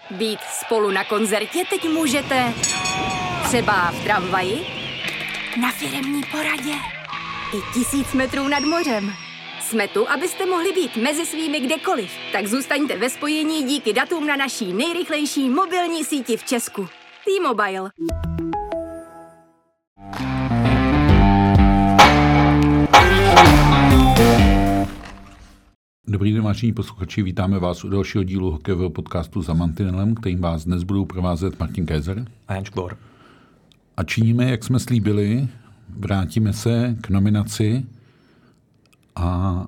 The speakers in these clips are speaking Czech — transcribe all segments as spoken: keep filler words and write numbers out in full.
Být spolu na koncertě teď můžete třeba v tramvaji, na firemní poradě i tisíc metrů nad mořem. Jsme tu, abyste mohli být mezi svými kdekoliv. Tak zůstaňte ve spojení díky datům na naší nejrychlejší mobilní síti v Česku. T-Mobile. Dobrý den, vážení posluchači, vítáme vás u dalšího dílu hokejového podcastu Za mantinelem, kterým vás dnes budou provázet Martin Kézer a Jan Škvor. A činíme, jak jsme slíbili, vrátíme se k nominaci a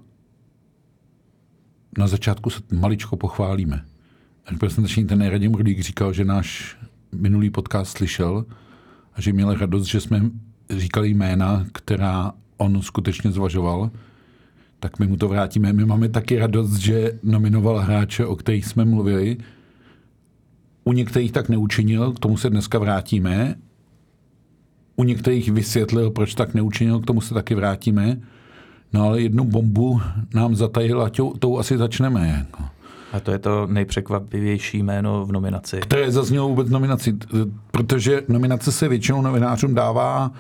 na začátku se maličko pochválíme. Reprezentační ten Radim Rudík říkal, že náš minulý podcast slyšel a že měl radost, že jsme říkali jména, která on skutečně zvažoval. Tak my mu to vrátíme. My máme taky radost, že nominoval hráče, o kterých jsme mluvili. U některých tak neučinil, k tomu se dneska vrátíme. U některých vysvětlil, proč tak neučinil, k tomu se taky vrátíme. No ale jednu bombu nám zatajil a tou, tou asi začneme. Jako. A to je to nejpřekvapivější jméno v nominaci. Které zaznělo vůbec nominaci, protože nominace se většinou novinářům dává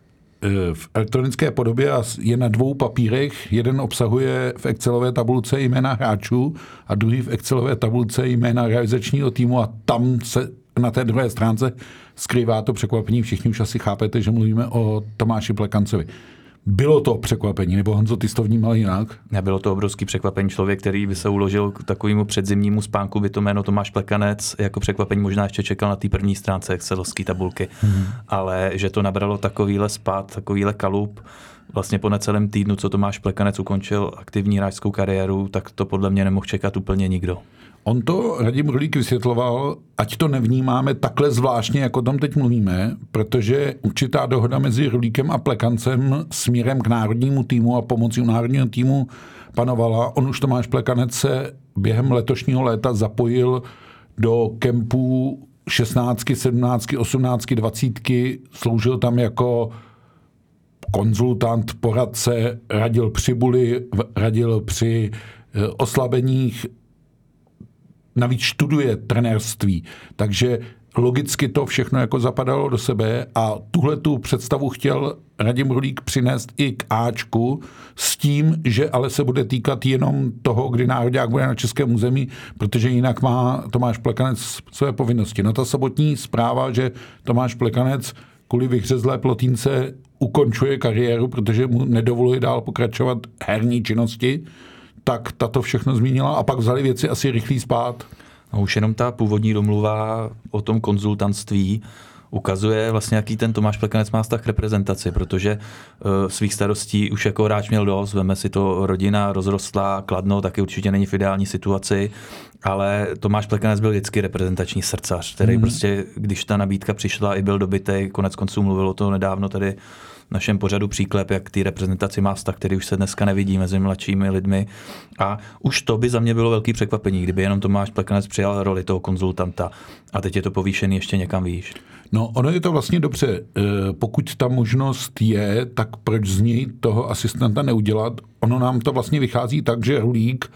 v elektronické podobě a je na dvou papírech. Jeden obsahuje v Excelové tabulce jména hráčů a druhý v Excelové tabulce jména realizačního týmu a tam se na té druhé stránce skrývá to překvapení. Všichni už asi chápete, že mluvíme o Tomáši Plekancovi. Bylo to překvapení, nebo Honzo, ty jsi to vnímal jinak? Nebylo to obrovský překvapení. Člověk, který by se uložil k takovému předzimnímu spánku, by to jméno Tomáš Plekanec jako překvapení možná ještě čekal na té první stránce excelovské tabulky. Hmm. Ale že to nabralo takovýhle spád, takovýhle kalup, vlastně po necelém týdnu, co Tomáš Plekanec ukončil aktivní hráčskou kariéru, tak to podle mě nemohl čekat úplně nikdo. On to Radim Rudík vysvětloval, ať to nevnímáme takhle zvláštně, jako o tom teď mluvíme, protože určitá dohoda mezi Rudíkem a Plekancem směrem k národnímu týmu a pomocí národního týmu panovala. On už Tomáš Plekanec se během letošního léta zapojil do kempů šestnáctky, sedmnáctky, osmnáctky, dvacítky, sloužil tam jako konzultant, poradce, radil při buli, radil při oslabeních, navíc studuje trenérství, takže logicky to všechno jako zapadalo do sebe a tuhle tu představu chtěl Radim Rudík přinést i k Ačku s tím, že ale se bude týkat jenom toho, kdy nároďák bude na českém území, protože jinak má Tomáš Plekanec své povinnosti. No ta sobotní zpráva, že Tomáš Plekanec kvůli vyhřezlé plotínce ukončuje kariéru, protože mu nedovoluje dál pokračovat herní činnosti, tak tato všechno zmínila a pak vzali věci asi rychlý spát. A už jenom ta původní domluva o tom konzultantství ukazuje vlastně, jaký ten Tomáš Plekanec má vztah k reprezentaci, protože uh, svých starostí už jako hráč měl dost, veme si to, rodina rozrostlá, Kladno taky určitě není v ideální situaci, ale Tomáš Plekanec byl vždycky reprezentační srdcař, který mm. prostě, když ta nabídka přišla i byl dobytej, konec konců mluvilo to nedávno tady v našem pořadu příklep, jak ty reprezentaci má vztah, který už se dneska nevidí mezi mladšími lidmi. A už to by za mě bylo velký překvapení, kdyby jenom Tomáš Plekanec přijal roli toho konzultanta. A teď je to povýšený ještě někam výš. No, ono je to vlastně dobře. Pokud ta možnost je, tak proč z něj toho asistenta neudělat? Ono nám to vlastně vychází tak, že Rudík,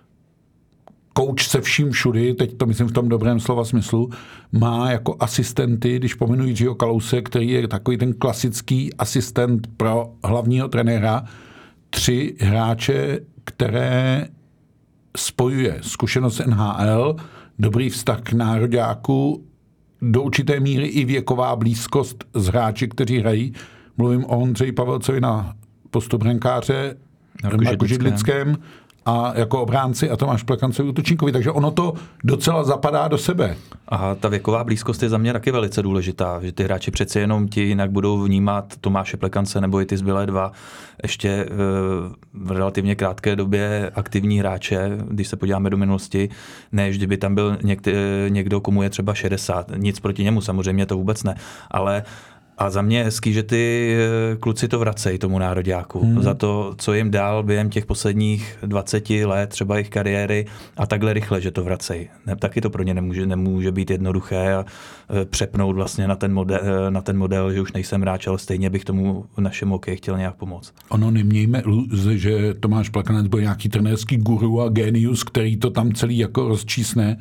kouč se vším všudy, teď to myslím v tom dobrém slova smyslu, má jako asistenty, když pominu Jiřího Kalouse, který je takový ten klasický asistent pro hlavního trenéra, tři hráče, které spojuje zkušenost N H L, dobrý vztah k nároďáku, do určité míry i věková blízkost s hráči, kteří hrají. Mluvím o Ondřeji Pavelcovi na postu brankáře, Marku Židlickém a jako obránci a Tomáš Plekancovi útočníkovi, takže ono to docela zapadá do sebe. A ta věková blízkost je za mě taky velice důležitá, že ty hráči přeci jenom ti jinak budou vnímat Tomáše Plekance nebo i ty zbylé dva ještě v relativně krátké době aktivní hráče, když se podíváme do minulosti, než kdyby tam byl někde, někdo, komu je třeba šedesát. Nic proti němu, samozřejmě to vůbec ne, ale a za mě je hezký, že ty kluci to vracejí tomu nároďáku. Hmm. Za to, co jim dál během těch posledních dvaceti let, třeba jejich kariéry a takhle rychle, že to vracejí. Ne, taky to pro ně nemůže, nemůže být jednoduché a přepnout vlastně na ten, model, na ten model, že už nejsem hráč, ale stejně bych tomu našemu hokeji chtěl nějak pomoct. Ono nemějme iluze, že Tomáš Plekanec byl nějaký trenérský guru a génius, který to tam celý jako rozčísne.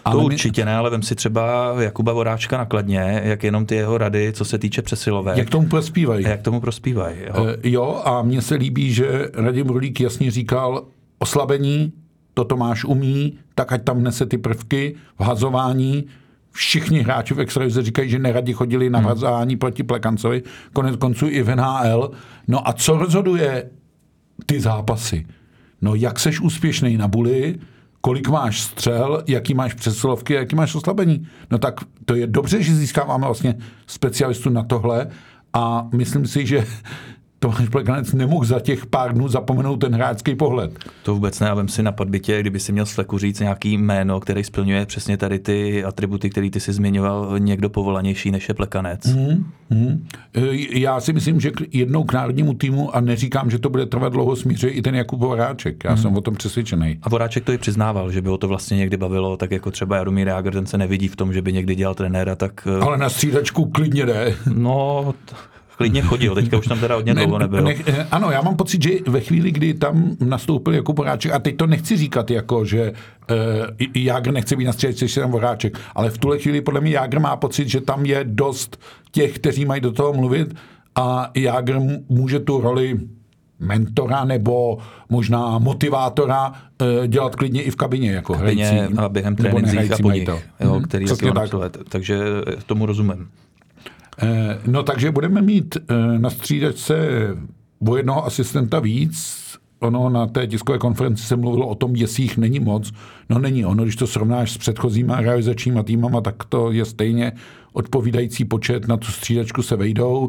To ale určitě my... ne, ale vem si třeba Jakuba Voráčka na Kladně, jak jenom ty jeho rady, co se týče přesilovek. Jak tomu prospívají. Jak tomu prospívají. Jo. E, jo, a mně se líbí, že Radim Rulík jasně říkal oslabení, to Tomáš umí, tak ať tam nese ty prvky, vhazování. Všichni hráči v extralize říkají, že neradi chodili na vhazování hmm. proti Plekancovi, konec konců i v N H L. No a co rozhoduje ty zápasy? No jak seš úspěšný na buli, kolik máš střel, jaký máš přesilovky, jaký máš oslabení. No tak to je dobře, že získáváme vlastně specialistu na tohle a myslím si, že Tomáš Plekanec nemohl za těch pár dnů zapomenout ten hráčský pohled. To vůbec ne, a vem si na Podbitě, kdyby si měl z fleku říct nějaký jméno, který splňuje přesně tady ty atributy, které ty si zmiňoval, někdo povolanější než je Plekanec. Mm, mm. Já si myslím, že jednou k národnímu týmu, a neříkám, že to bude trvat dlouho, směřuje i ten Jakub Voráček. Já mm. jsem o tom přesvědčený. A Voráček to i přiznával, že by ho to vlastně někdy bavilo, tak jako třeba Jaromír Jágr, ten se nevidí v tom, že by někdy dělal trenéra, tak... Ale na střídačku klidně jde. No... Klidně chodil, teďka už tam teda hodně dlouho nebyl. Ne, ne, ano, já mám pocit, že ve chvíli, kdy tam nastoupil Jakub Voráček, a teď to nechci říkat jako, že uh, Jágr nechce být na střídačce, ještě tam Voráček, ale v tuhle chvíli podle mě Jágr má pocit, že tam je dost těch, kteří mají do toho mluvit a Jágr může tu roli mentora nebo možná motivátora uh, dělat klidně i v kabině jako kabině hrající. A během trénincích a po nich, jo, který hmm, tak. Let, takže tomu rozumím. No takže budeme mít na střídačce o jednoho asistenta víc. Ono na té tiskové konferenci se mluvilo o tom, jestli jich není moc. No není ono, když to srovnáš s předchozíma realizačníma týmama, tak to je stejně odpovídající počet, na tu střídačku se vejdou.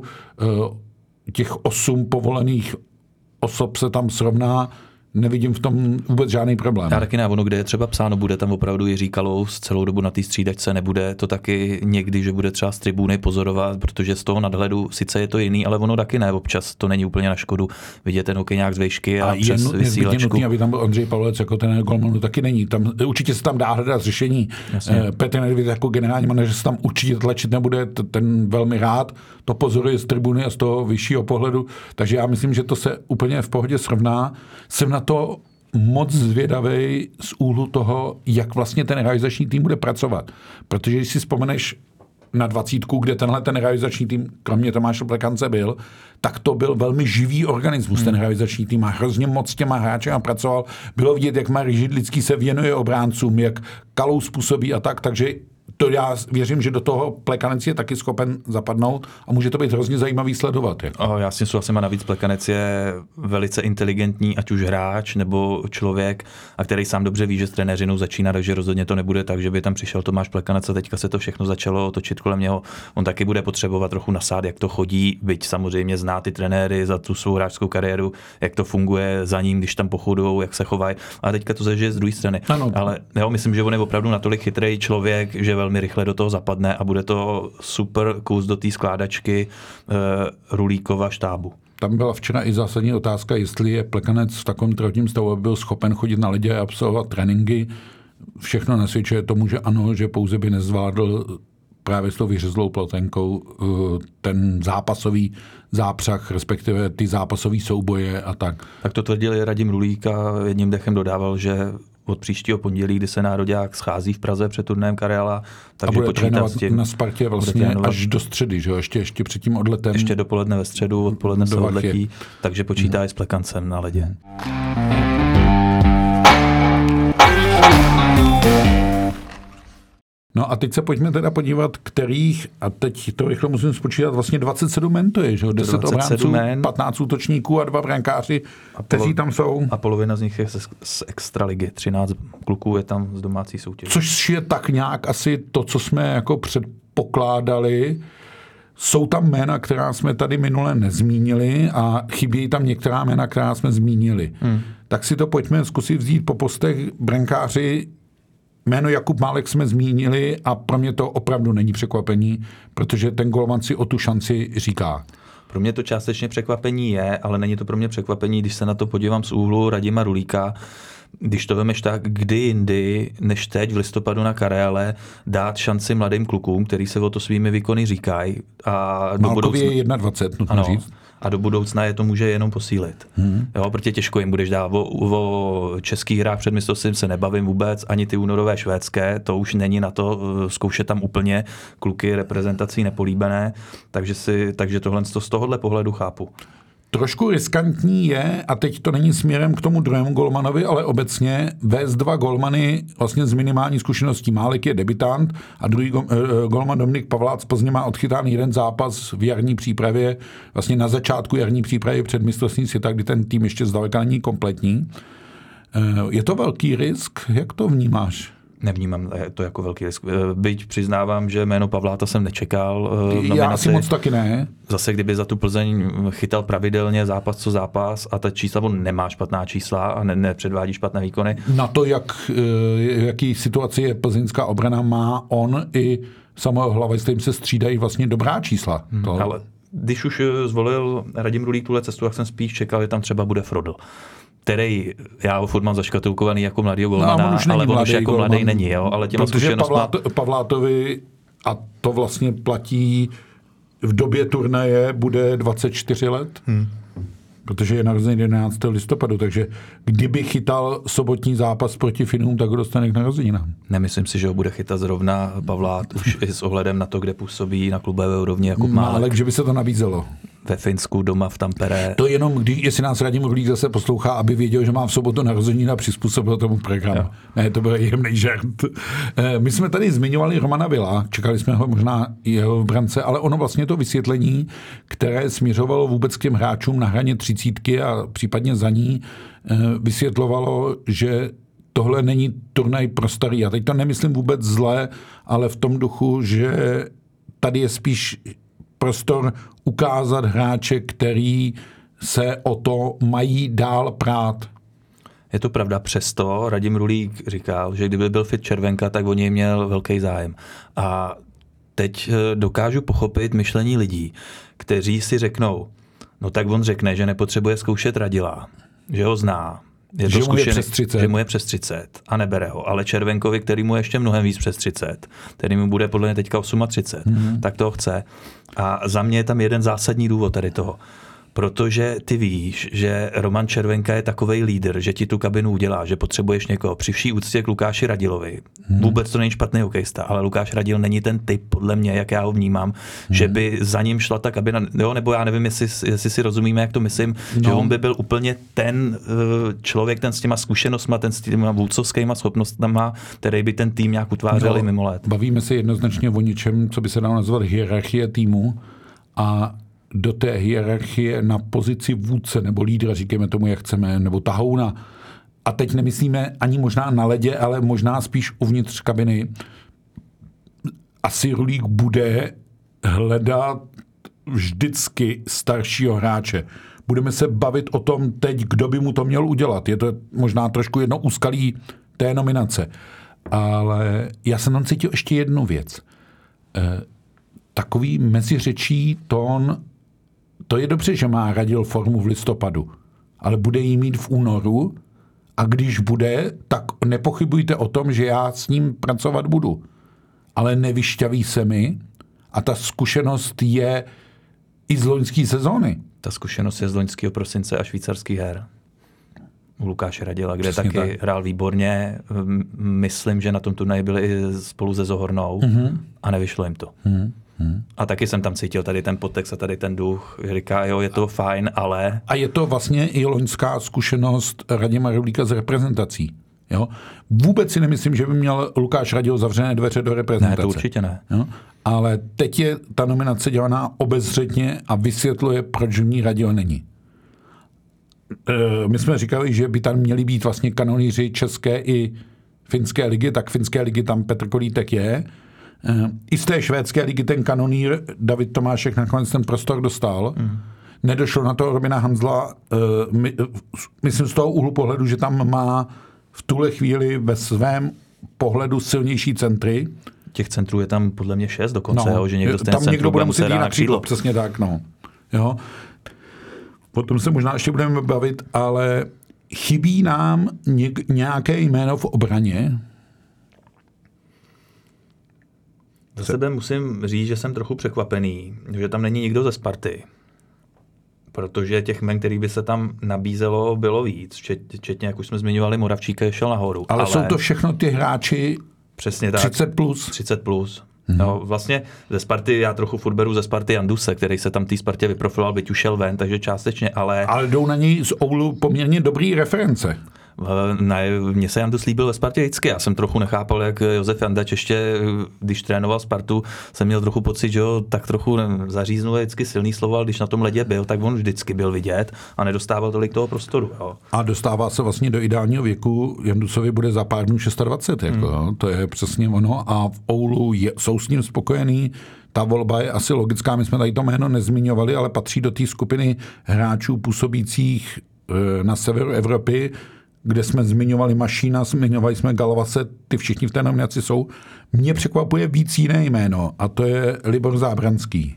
Těch osm povolených osob se tam srovná. Nevidím v tom vůbec žádný problém. Já taky ne, ono, kde je třeba psáno, bude tam opravdu Jiří Kalous celou dobu na té střídačce, nebude to taky někdy, že bude třeba z tribuny pozorovat, protože z toho nadhledu sice je to jiný, ale ono taky ne, občas to není úplně na škodu vidět ten hokej nějak z výšky a, a přes je vysílačku. Je nutný, aby tam byl Ondřej Pavlec jako ten golmanu, taky není. Tam, určitě se tam dá hledat řešení. Jasně. Petr Nedvěd jako generální manažer se tam určitě tlačit nebude, ten velmi rád to pozoruje z tribuny a z toho vyššího pohledu, takže já myslím, že to se úplně v pohodě srovná. Jsem na to moc zvědavej z úhlu toho, jak vlastně ten realizační tým bude pracovat. Protože když si vzpomeneš na dvacítku, kde tenhle ten realizační tým, kromě Tomáše Plekance byl, tak to byl velmi živý organismus, hmm. ten realizační tým a hrozně moc s těma hráčema pracoval. Bylo vidět, jak Marek Židlický se věnuje obráncům, jak Kalous způsobí a tak, takže to já věřím, že do toho Plekanec je taky schopen zapadnout a může to být hrozně zajímavý sledovat. Jako. Já si souhlasím a navíc Plekanec je velice inteligentní, ať už hráč nebo člověk, a který sám dobře ví, že s trenéřinou začíná, takže rozhodně to nebude tak, že by tam přišel Tomáš Plekanec a teďka se to všechno začalo točit kolem něho. On taky bude potřebovat trochu nasát, jak to chodí, byť samozřejmě zná ty trenéry za tu svou hráčskou kariéru, jak to funguje za ním, když tam pochodujou, jak se chovají. A teďka to zažije z druhé strany. Ano. Ale jo, myslím, že on je opravdu natolik chytrý člověk, že velmi rychle do toho zapadne a bude to super kus do té skládačky e, Rulíkova štábu. Tam byla včera i zásadní otázka, jestli je Plekanec v takovém zdravotním stavu, aby byl schopen chodit na ledě a absolvovat tréninky. Všechno nasvědčuje tomu, že ano, že pouze by nezvládl právě s tou vyřezlou plotenkou ten zápasový zápřah, respektive ty zápasové souboje a tak. Tak to tvrdil Radim Rulík a jedním dechem dodával, že od příštího pondělí, kdy se nároďák schází v Praze před turnajem Karela, takže bude počítá s tím. Na Spartě vlastně až do středy, že jo? Ještě, ještě před tím odletem. Ještě dopoledne ve středu, odpoledne se odletí, takže počítá hmm. i s Plekancem na ledě. No a teď se pojďme teda podívat, kterých, a teď to rychle musím spočítat, vlastně dvacet sedm men to je, že jo? deset obránců, men, patnáct útočníků a dva brankáři, kteří tam jsou. A polovina z nich je z, z extraligy, třináct kluků je tam z domácí soutěže. Což je tak nějak asi to, co jsme jako předpokládali. Jsou tam jména, která jsme tady minule nezmínili a chybějí tam některá jména, která jsme zmínili. Hmm. Tak si to pojďme zkusit vzít po postech. Brankáři, jméno Jakub Málek jsme zmínili a pro mě to opravdu není překvapení, protože ten golman si o tu šanci říká. Pro mě to částečně překvapení je, ale není to pro mě překvapení, když se na to podívám z úhlu Radima Rulíka. Když to vemeš tak, kdy jindy, než teď v listopadu na Karele, dát šanci mladým klukům, který se o to svými výkony říkají. A do Málkově je dvacet jedna, nutno říct. a do budoucna je to může jenom posílit. Hmm. Jo, protože těžko jim budeš dát. O, o českých hrách před mistrovstvím se nebavím vůbec, ani ty únorové švédské, to už není na to zkoušet tam úplně kluky reprezentací nepolíbené, takže, si, takže tohle z tohohle pohledu chápu. Trošku riskantní je, a teď to není směrem k tomu druhému golmanovi, ale obecně vést dva golmany vlastně z minimální zkušeností. Málek je debutant a druhý golman Dominik Pavlát z Plzně má odchytán jeden zápas v jarní přípravě, vlastně na začátku jarní přípravy před mistrovstvím světa, kdy ten tým ještě zdaleka není kompletní. Je to velký risk? Jak to vnímáš? Nevnímám to jako velký risk. Byť přiznávám, že jméno Pavláta jsem nečekal. Já asi moc taky ne. Zase kdyby za tu Plzeň chytal pravidelně zápas co zápas a ta čísla, on nemá špatná čísla a ne, nepředvádí špatné výkony. Na to, jak, jaký situaci je plzeňská obrana, má on i Samuel Hlava, s kterým se střídají vlastně dobrá čísla. Hmm, to... Ale když už zvolil Radim Rulík tuhle cestu, jak jsem spíš čekal, že tam třeba bude Frodl, který, já ho furt mám zaškatulkovaný jako mladýho golmana, no, ale on už jako golman, mladý není, jo, ale těma protože Pavlát, Pavlátovi, a to vlastně platí v době turnaje, bude dvacet čtyři let, hmm. protože je narozený jedenáctého listopadu, takže kdyby chytal sobotní zápas proti Finům, tak ho dostane k narozeninám. Nemyslím si, že ho bude chytat zrovna Pavlát, už i s ohledem na to, kde působí na klubové úrovni jako Málek. Málek, že by se to nabízelo. Ve Finsku, doma v Tampere. To jenom, když, jestli nás Radim Rulík zase poslouchá, aby věděl, že má v sobotu narozeniny a přizpůsobil tomu program. Jo. Ne, to byl jemný žert. My jsme tady zmiňovali Romana Vila, čekali jsme ho možná jeho v brance, ale ono vlastně to vysvětlení, které směřovalo vůbec k těm hráčům na hraně třicítky a případně za ní, vysvětlovalo, že tohle není turnaj pro starý. Já teď to nemyslím vůbec zle, ale v tom duchu, že tady je spíš prostor ukázat hráče, který se o to mají dál prát. Je to pravda, přesto Radim Rulík říkal, že kdyby byl fit Červenka, tak o něj měl velký zájem. A teď dokážu pochopit myšlení lidí, kteří si řeknou, no tak on řekne, že nepotřebuje zkoušet Radila, že ho zná, je to že, zkušený, mu je přes třicet. že mu je přes třicet a nebere ho. Ale Červenkovi, který mu je ještě mnohem víc přes třicet, který mu bude podle mě teďka třicet osm, mm-hmm. tak to chce. A za mě je tam jeden zásadní důvod tady toho. Protože ty víš, že Roman Červenka je takovej lídr, že ti tu kabinu udělá, že potřebuješ někoho. Při vší úctě k Lukáši Radilovi. Hmm. Vůbec to není špatný hokejista, ale Lukáš Radil není ten typ, podle mě, jak já ho vnímám, hmm. že by za ním šla ta kabina, jo, nebo já nevím, jestli, jestli si rozumíme, jak to myslím, no. že on by byl úplně ten člověk, ten s těma zkušenostma, ten s těma vůdcovskýma schopnostma, který by ten tým nějak utvářel no, i mimo let. Bavíme se jednoznačně o něčem, co by se dalo nazvat hierarchie týmu a do té hierarchie na pozici vůdce nebo lídra, říkáme tomu, jak chceme, nebo tahouna. A teď nemyslíme ani možná na ledě, ale možná spíš uvnitř kabiny. Asi Rulík bude hledat vždycky staršího hráče. Budeme se bavit o tom teď, kdo by mu to měl udělat. Je to možná trošku jedno úskalí té nominace. Ale já jsem tam cítil ještě jednu věc. E, takový meziřečí tón. To je dobře, že má Radil formu v listopadu, ale bude jí mít v únoru a když bude, tak nepochybujte o tom, že já s ním pracovat budu. Ale nevyšťaví se mi a ta zkušenost je i z loňské sezóny. Ta zkušenost je z loňského prosince a švýcarských her. U Lukáše Radila, kde Přesně taky tak. hrál výborně. Myslím, že na tom turnaji byli i spolu se Zohornou mm-hmm. a nevyšlo jim to. Mm-hmm. Hmm. A taky jsem tam cítil tady ten podtext a tady ten duch, že říká, jo, je to fajn, ale... A je to vlastně i loňská zkušenost Radima Rulíka z reprezentací. Jo? Vůbec si nemyslím, že by měl Lukáš Radil zavřené dveře do reprezentace. Ne, to určitě ne. Jo? Ale teď je ta nominace dělaná obezřetně a vysvětluje, proč v ní Radil není. E, my jsme říkali, že by tam měli být vlastně kanonýři české i finské ligy, tak finské ligy tam Petr Kolítek je. I z té švédské ligy ten kanonýr David Tomášek nakonec ten prostor dostal. Mm. Nedošlo na to Robina Hanzla, my, myslím z toho úhlu pohledu, že tam má v tuhle chvíli ve svém pohledu silnější centry. Těch centrů je tam podle mě šest dokonce, no, jo, že někdo z tam někdo bude muset jít na křídlo. Přesně tak, no. Jo. Potom se možná ještě budeme bavit, ale chybí nám něk, nějaké jméno v obraně. Za sebe musím říct, že jsem trochu překvapený, že tam není nikdo ze Sparty. protože těch men, který by se tam nabízelo, bylo víc. Včetně, jak už jsme zmiňovali, Moravčíka šel nahoru. Ale, ale jsou to všechno ty hráči přesně tak, třicet plus? třicet plus. Hmm. No, vlastně ze Sparty, já trochu furt beru ze Sparty Janduse, který se tam té Spartě vyprofiloval, byť už šel ven, takže částečně, ale... Ale jdou na něj z Oulu poměrně dobrý reference. Ne, mně se Jandus líbil ve Spartě vždycky. Já jsem trochu nechápal, jak Josef Jandač ještě, když trénoval Spartu, jsem měl trochu pocit, že jo, tak trochu zaříznul vždycky silný slovo, ale když na tom ledě byl, tak on vždycky byl vidět a nedostával tolik toho prostoru. Jo. A dostává se vlastně do ideálního věku. Jandusovi bude za pár dnů dvacet šest. Jako, hmm. To je přesně ono. A v Oulu je, jsou s ním spokojení. Ta volba je asi logická. My jsme tady to jméno nezmiňovali, ale patří do té skupiny hráčů působících na severu Evropy, kde jsme zmiňovali Mašína, zmiňovali jsme Galvase, ty všichni v té nominaci jsou. Mě překvapuje víc jiné jméno a to je Libor Zábranský.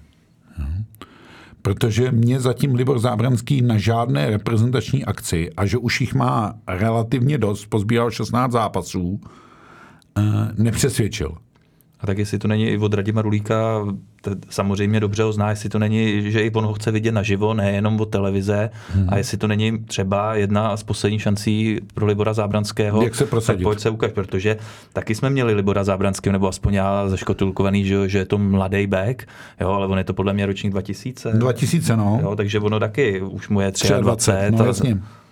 Protože mě zatím Libor Zábranský na žádné reprezentační akci a že už jich má relativně dost, pozbíral šestnáct zápasů, nepřesvědčil. A tak jestli to není i od Radima Rulíka, samozřejmě dobře ho zná, jestli to není, že i on ho chce vidět naživo, nejenom od televize, hmm. a jestli to není třeba jedna z posledních šancí pro Libora Zábranského, jak se prosadit? Tak pojď se ukaž, protože taky jsme měli Libora Zábranského, nebo aspoň já zaškotulkovaný, že, že je to mladý back, jo, ale on je to podle mě ročník dva tisíce. dva tisíce, no. Jo, takže ono taky už mu je dvacet tři. No, jasně.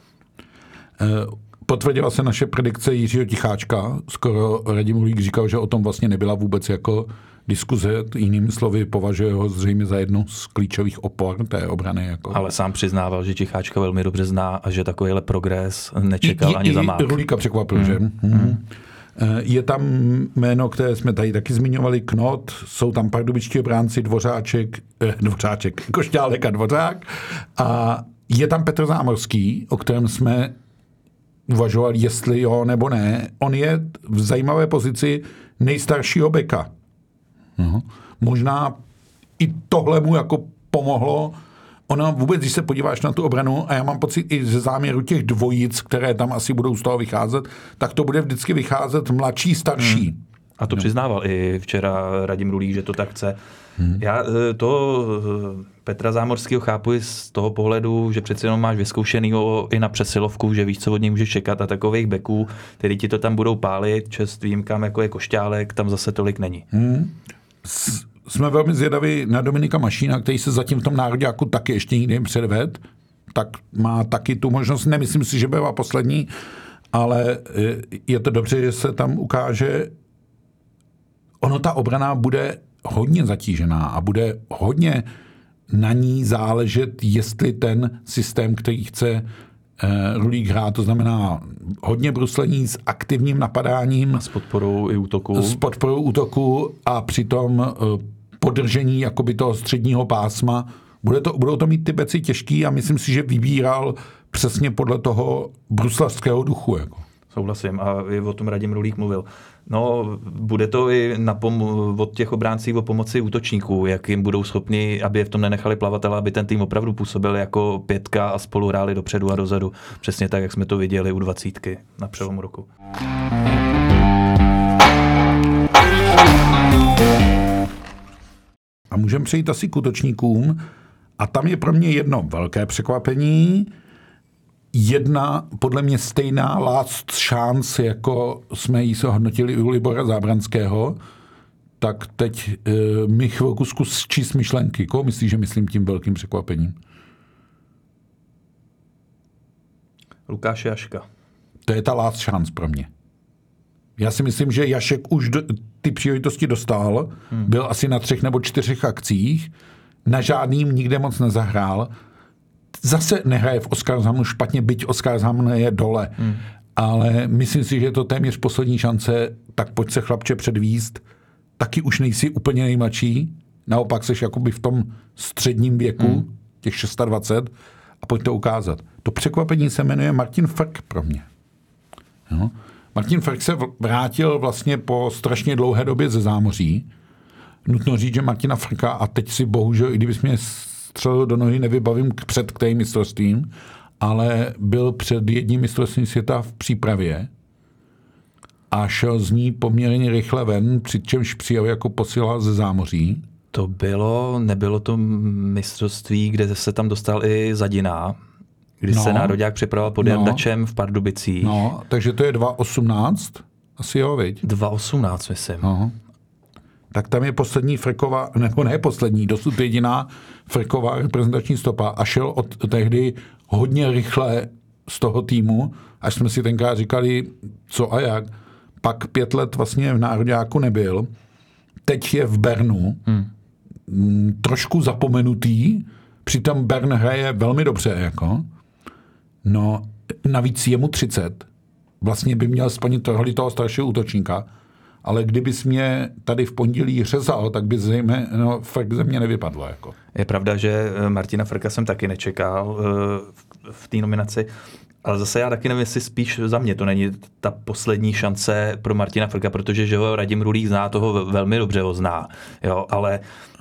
Uh, Potvrdila se naše predikce Jiřího Ticháčka. Skoro Radim Rulík říkal, že o tom vlastně nebyla vůbec jako diskuze. Jinými slovy považuje ho zřejmě za jednu z klíčových opor té obrany. Jako. Ale sám přiznával, že Ticháčka velmi dobře zná a že takovýhle progres nečekal I, ani i, za mák. Rulíka překvapil, hmm. že? Hmm. Hmm. Je tam jméno, které jsme tady taky zmiňovali, Knot, jsou tam pardubičtí obránci Dvořáček, eh, Dvořáček, Košťálek a Dvořák. A je tam Petr Zámorský, o kterém jsme uvažoval, jestli jo nebo ne. On je v zajímavé pozici nejstaršího beka. No. Možná i tohle mu jako pomohlo. Ona vůbec, když se podíváš na tu obranu, a já mám pocit i ze záměru těch dvojic, které tam asi budou z toho vycházet, tak to bude vždycky vycházet mladší, starší. Hmm. A to no. přiznával i včera Radim Rulík, že to tak chce. Hmm. Já to Petra Zámorského chápu z toho pohledu, že přeci jenom máš vyzkoušenýho i na přesilovku, že víš, co od něj můžeš čekat a takových beků, který ti to tam budou pálit, čest výjimkám, jako je Košťálek, tam zase tolik není. Hmm. Jsme velmi zvědaví na Dominika Mašína, který se zatím v tom nároďáku taky ještě nikdy předved, tak má taky tu možnost, nemyslím si, že byla poslední, ale je to dobře, že se tam ukáže. Ono, ta obrana bude hodně zatížená a bude hodně na ní záležet, jestli ten systém, který chce eh, Rulík hrát, to znamená hodně bruslení s aktivním napadáním. A s podporou i útoku. S podporou útoku a přitom eh, podržení jakoby toho středního pásma. Bude to, budou to mít ty beci těžký a myslím si, že vybíral přesně podle toho bruslařského duchu. Jako. Souhlasím a i o tom Radim Rulík mluvil. No, bude to i na pom- od těch obránců o pomoci útočníků, jak jim budou schopni, aby je v tom nenechali plavat, ale aby ten tým opravdu působil jako pětka a spolu hráli dopředu a dozadu. Přesně tak, jak jsme to viděli u dvacítky na přelomu roku. A můžeme přejít asi k útočníkům. A tam je pro mě jedno velké překvapení. Jedna, podle mě stejná last chance, jako jsme jí se hodnotili u Libora Zábranského, tak teď e, mi chvilku zkus číst myšlenky. Koho myslíš, že myslím tím velkým překvapením? Lukáš Jaška. To je ta last chance pro mě. Já si myslím, že Jašek už do, ty příležitosti dostal, hmm. byl asi na třech nebo čtyřech akcích, na žádným nikde moc nezahrál. Zase nehraje v Oskarshamnu špatně, byť Oskarshamn je dole. Hmm. Ale myslím si, že je to téměř poslední šance, tak pojď se, chlapče, předvíst. Taky už nejsi úplně nejmladší, naopak seš jakoby v tom středním věku, hmm. těch dvacet šest, a pojď to ukázat. To překvapení se jmenuje Martin Frk pro mě. Jo? Martin Frk se vrátil vlastně po strašně dlouhé době ze zámoří. Nutno říct, že Martina Frka, a teď si bohužel, i kdybys mě střelil do nohy, nevybavím před kterým mistrovstvím, ale byl před jedním mistrovstvím světa v přípravě a šel z ní poměrně rychle ven, přičemž přijel jako posila ze zámoří. To bylo, nebylo to mistrovství, kde se tam dostal i Zadina, když no. se nároďák připravoval pod no. Jardačem v Pardubicích. No, takže to je dva osmnáct, asi jo, viď? dva osmnáct, myslím. No. Tak tam je poslední Frková, nebo ne poslední, dosud jediná Frková reprezentační stopa a šel od tehdy hodně rychle z toho týmu, až jsme si tenkrát říkali, co a jak. Pak pět let vlastně v nároďáku nebyl. Teď je v Bernu. Hmm. Trošku zapomenutý. Přitom Bern hraje velmi dobře. Jako. No, navíc je mu třicet. Vlastně by měl splnit roli toho staršího útočníka. Ale kdybys mě tady v pondělí řezal, tak by zřejmě, no, Frk ze mě nevypadlo. Jako. Je pravda, že Martina Frka jsem taky nečekal v té nominaci. Ale zase já taky nevím, jestli spíš za mě to není ta poslední šance pro Martina Frka, protože že ho Radim Rulík zná, toho velmi dobře ho zná. Jo, ale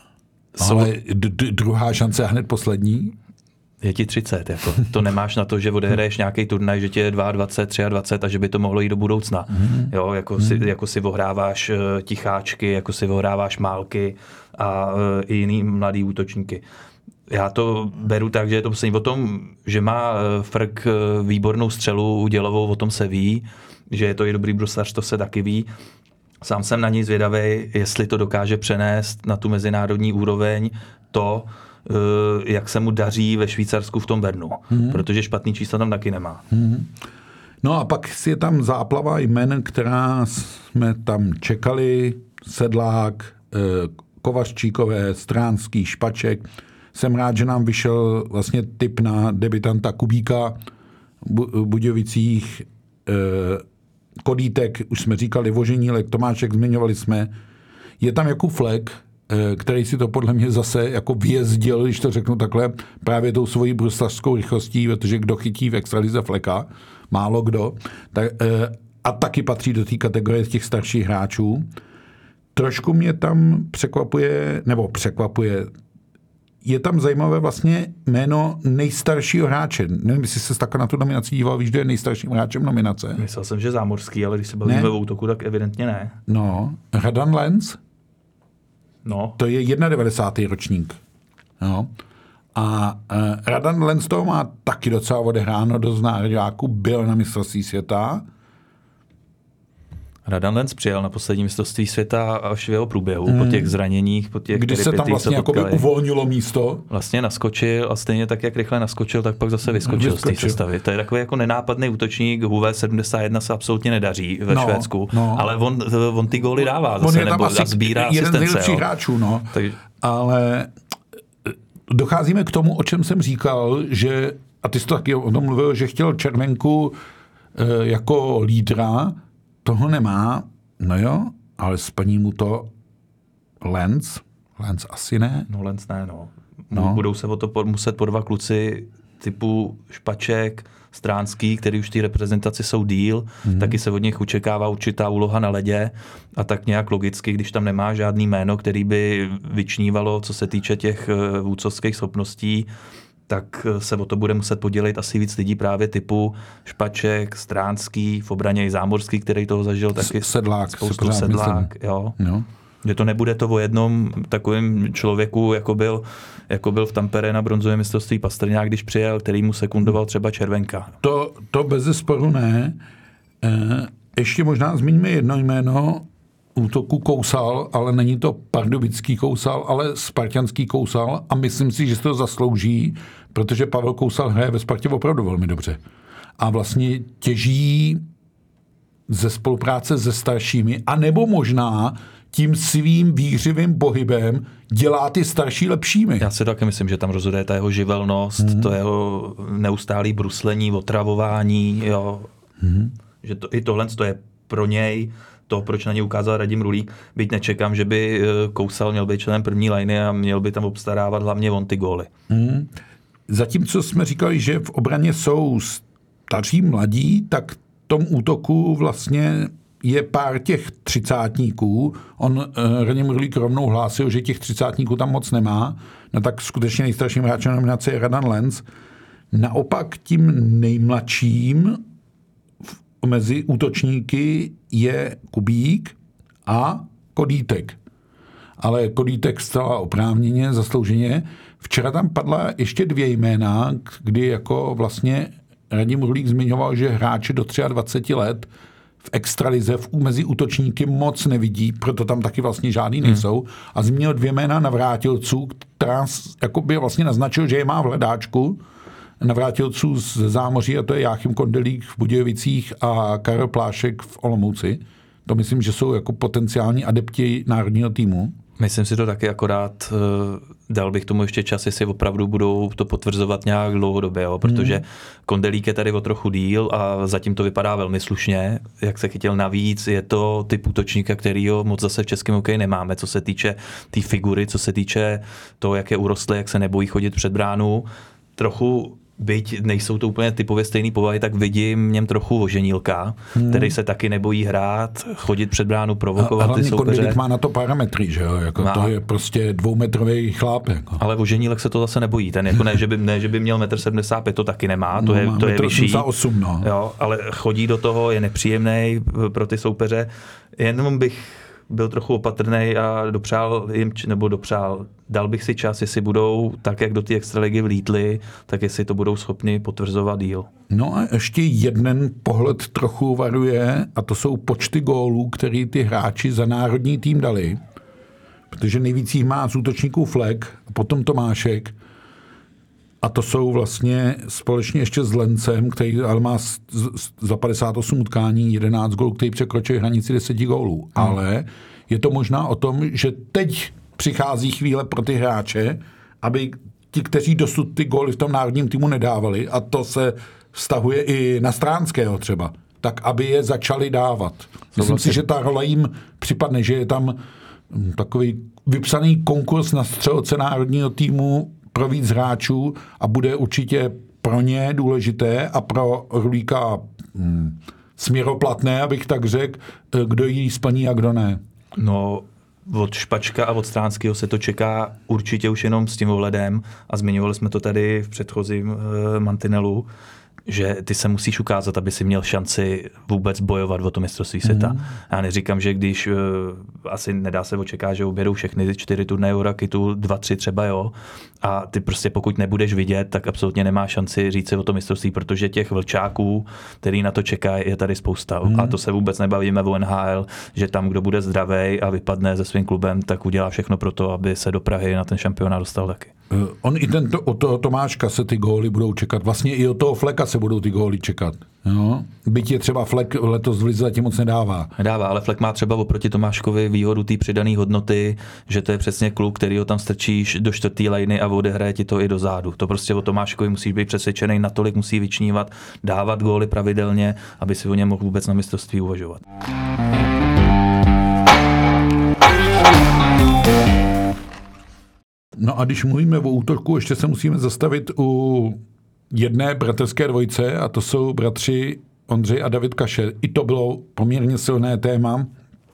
ale d- d- druhá šance a hned poslední? Je ti třicet. Jako. To nemáš na to, že odehraješ nějaký turnaj, že ti je dvacet dva, dvacet tři a že by to mohlo jít do budoucna. Mm. Jo, jako, mm. si, jako si ohráváš uh, ticháčky, jako si ohráváš málky a uh, i jiný mladý útočníky. Já to beru tak, že je to poslední. O tom, že má Frk výbornou střelu udělovou, o tom se ví, že je to i dobrý bruslař, to se taky ví. Sám jsem na ní zvědavý, jestli to dokáže přenést na tu mezinárodní úroveň to, jak se mu daří ve Švýcarsku v tom Bernu. Hmm. Protože špatný čísla tam taky nemá. Hmm. No a pak je tam záplava jmen, která jsme tam čekali. Sedlák, Kovařčíkové, Stránský, Špaček. Jsem rád, že nám vyšel vlastně tip na debitanta Kubíka v Budějovicích, eh, Kodítek, už jsme říkali, Voženílek, Tomášek, zmiňovali jsme. Je tam Jakub Flek, eh, který si to podle mě zase jako vyjezdil, když to řeknu takhle, právě tou svojí bruslařskou rychlostí, protože kdo chytí v extralize Fleka, málo kdo, tak, eh, a taky patří do té kategorie těch starších hráčů. Trošku mě tam překvapuje, nebo překvapuje, je tam zajímavé vlastně jméno nejstaršího hráče. Nevím, jestli se takhle na tu nominaci díval, víš, kdo je nejstarším hráčem nominace. Myslel jsem, že Zámořský, ale když se bavíme o útoku, tak evidentně ne. No, Radan Lenz, no. To je devadesátý první ročník. No. A uh, Radan Lenz toho má taky docela odehráno do nároďáku, byl na mistrovství světa. Radan Lenz přijel na poslední mistrovství světa až v jeho průběhu, hmm. po těch zraněních, po těch kdy se tam vlastně jako uvolnilo místo. Vlastně naskočil a stejně tak, jak rychle naskočil, tak pak zase vyskočil, vyskočil. z té sestavy. To je takový jako nenápadný útočník, Huve sedmdesát jedna se absolutně nedaří ve no, Švédsku, no. ale on, on ty góly dává zase, on nebo sbírá asistence. Jeden z nejlepších hráčů, no. Tak... Ale docházíme k tomu, o čem jsem říkal, že, a ty jsi to taky o tom mluvil, že chtěl Červenku e, jako lídra. Toho nemá, no jo, ale splní mu to Lenz. Lenz asi ne. No Lenz ne, no. no. Budou se o to muset po dva kluci typu Špaček, Stránský, který už v té reprezentaci jsou díl, mm. taky se od nich očekává určitá úloha na ledě a tak nějak logicky, když tam nemá žádný jméno, který by vyčnívalo, co se týče těch vůdcovských schopností, tak se o to bude muset podělit asi víc lidí právě typu Špaček, Stránský, v obraně i Zámořský, který toho zažil taky. Sedlák. Spoustu Sedlák, jo. jo. Že to nebude to o jednom takovém člověku, jako byl, jako byl v Tampere na bronzovém mistrovství Pastrňák, když přijel, který mu sekundoval třeba Červenka. To, to bezesporu ne. E, ještě možná zmíníme jedno jméno, útoku Kousal, ale není to pardubický Kousal, ale spartanský Kousal a myslím si, že se to zaslouží, protože Pavel Kousal hraje ve Spartě opravdu velmi dobře. A vlastně těží ze spolupráce se staršími, anebo možná tím svým výřivým pohybem dělá ty starší lepšími. Já si taky myslím, že tam rozhoduje ta jeho živelnost, hmm. to jeho neustálý bruslení, otravování, jo. Hmm. Že to, i tohle to je pro něj to, proč na ně ukázal Radim Rulík, byť nečekám, že by Kousal měl být členem první liny a měl by tam obstarávat hlavně on ty góly. Hmm. Zatímco jsme říkali, že v obraně jsou staří mladí, tak v tom útoku vlastně je pár těch třicátníků. On, uh, Radim Rulík rovnou hlásil, že těch třicátníků tam moc nemá. No tak skutečně nejstarším hráčem nominace je Radan Lenz. Naopak tím nejmladším mezi útočníky je Kubík a Kodítek. ale Kodítek zcela oprávněně, zaslouženě. Včera tam padla ještě dvě jména, kdy jako vlastně Radim Rulík zmiňoval, že hráči do dvacet tři let v extralize v mezi útočníky moc nevidí, proto tam taky vlastně žádný nejsou. Hmm. A zmínil dvě jména navrátilců, která jakoby vlastně naznačil, že je má v hledáčku. Navrátilců z Zámoří, a to je Jáchym Kondelík v Budějovicích a Karel Plášek v Olomouci. To myslím, že jsou jako potenciální adepti národního týmu. Myslím si to taky, akorát dal bych tomu ještě čas, jestli opravdu budou to potvrzovat nějak dlouhodobě, jo? Protože hmm. Kondelík je tady o trochu díl a zatím to vypadá velmi slušně, jak se chytil navíc, je to typ útočníka, kterýho moc zase v českém hokeji nemáme, co se týče té tý figury, co se týče toho, jak je urostlý, jak se nebojí chodit před bránu, trochu byť nejsou to úplně typově stejný povahy, tak vidím v něm trochu oženílka, hmm. který se taky nebojí hrát, chodit před bránu, provokovat a ty soupeře. Kondelík má na to parametry, že jo? Jako to je prostě dvoumetrový chláp. Jako. Ale oženílek se to zase nebojí. Ten jako ne, že by, ne, že by měl metr sedmdesát pět, to taky nemá, to no, je, to je vyšší. sedmdesát osm, no. Jo, ale chodí do toho, je nepříjemný pro ty soupeře. Jenom bych byl trochu opatrnej a dopřál jim, nebo dopřál, dal bych si čas, jestli budou tak, jak do té extraligy vlítli, tak jestli to budou schopni potvrzovat díl. No a ještě jeden pohled trochu varuje, a to jsou počty gólů, který ty hráči za národní tým dali, protože nejvíc jich má z útočníků Flek, a potom Tomášek, a to jsou vlastně společně ještě s Lencem, který ale má z, z, za padesát osm utkání jedenáct gólů, který překročuje hranici deset gólů. Hmm. Ale je to možná o tom, že teď přichází chvíle pro ty hráče, aby ti, kteří dosud ty góly v tom národním týmu nedávali, a to se vztahuje i na Stránského třeba, tak aby je začali dávat. Myslím vlastně si, že ta rola jim připadne, že je tam takový vypsaný konkurs na střelce národního týmu pro víc hráčů a bude určitě pro ně důležité a pro Rulíka hm, směroplatné, abych tak řekl, kdo jí splní a kdo ne. No, od Špačka a od Stránského se to čeká určitě už jenom s tím ohledem a zmiňovali jsme to tady v předchozím uh, mantinelu, že ty se musíš ukázat, aby si měl šanci vůbec bojovat o to mistrovství světa. Mm. Já neříkám, že když uh, asi nedá se očekávat, že objedou všechny ty čtyři turnaje Rakitu, dva, tři třeba jo, a ty prostě pokud nebudeš vidět, tak absolutně nemá šanci říct si o to mistrovství, protože těch vlčáků, který na to čekají, je tady spousta. Mm. A to se vůbec nebavíme o N H L, že tam, kdo bude zdravej a vypadne se svým klubem, tak udělá všechno pro to, aby se do Prahy na ten šampionát dostal taky. On i ten, od toho Tomáška se ty góly budou čekat. Vlastně i od toho Fleka se budou ty góly čekat. Jo? Byť je třeba Flek letos v lize zatím moc nedává. Nedává, ale Flek má třeba oproti Tomáškovi výhodu té přidané hodnoty, že to je přesně kluk, který ho tam strčíš do čtvrtý lajny a odehraje ti to i do zádu. To prostě o Tomáškovi musíš být přesvědčený, natolik musí vyčnívat, dávat góly pravidelně, aby si o něm mohl vůbec na mistrovství uvažovat. No a když mluvíme o útoku, ještě se musíme zastavit u jedné bratrské dvojce, a to jsou bratři Ondřej a David Kaše. I to bylo poměrně silné téma.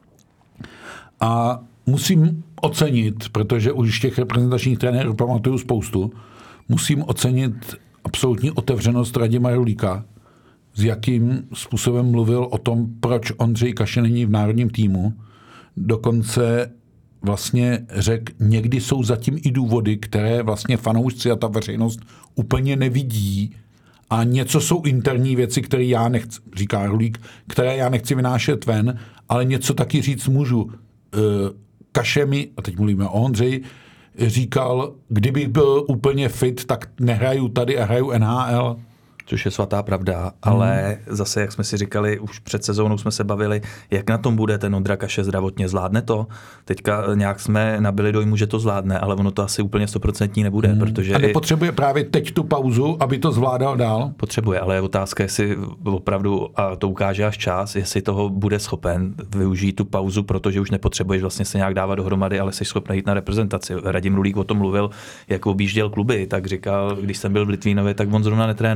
A musím ocenit, protože už těch reprezentačních trenérů pamatuju spoustu, musím ocenit absolutní otevřenost Radima Rulíka, s jakým způsobem mluvil o tom, proč Ondřej Kaše není v národním týmu. Dokonce vlastně řekl, někdy jsou zatím i důvody, které vlastně fanoušci a ta veřejnost úplně nevidí, a něco jsou interní věci, které já nechci, říká Rulík, které já nechci vynášet ven, ale něco taky říct můžu. Kaše mi, a teď mluvíme o Ondřeji, říkal, kdybych byl úplně fit, tak nehraju tady a hraju N H L. Což je svatá pravda, ale hmm. zase, jak jsme si říkali, už před sezónou jsme se bavili, jak na tom bude ten Ondra Kaše zdravotně, zvládne to? Teďka nějak jsme nabili dojmu, že to zvládne, ale ono to asi úplně stoprocentní nebude, hmm. protože... A nepotřebuje právě teď tu pauzu, aby to zvládal dál? Potřebuje, ale je otázka, jestli opravdu, a to ukáže až čas, jestli toho bude schopen využít tu pauzu, protože už nepotřebuješ vlastně se nějak dávat dohromady, ale jsi schopný jít na reprezentaci. Radim Rulík o tom mluvil, jak objížděl kluby, tak říkal, když jsem byl v Litvínově, tak on zrovna netrénoval. Já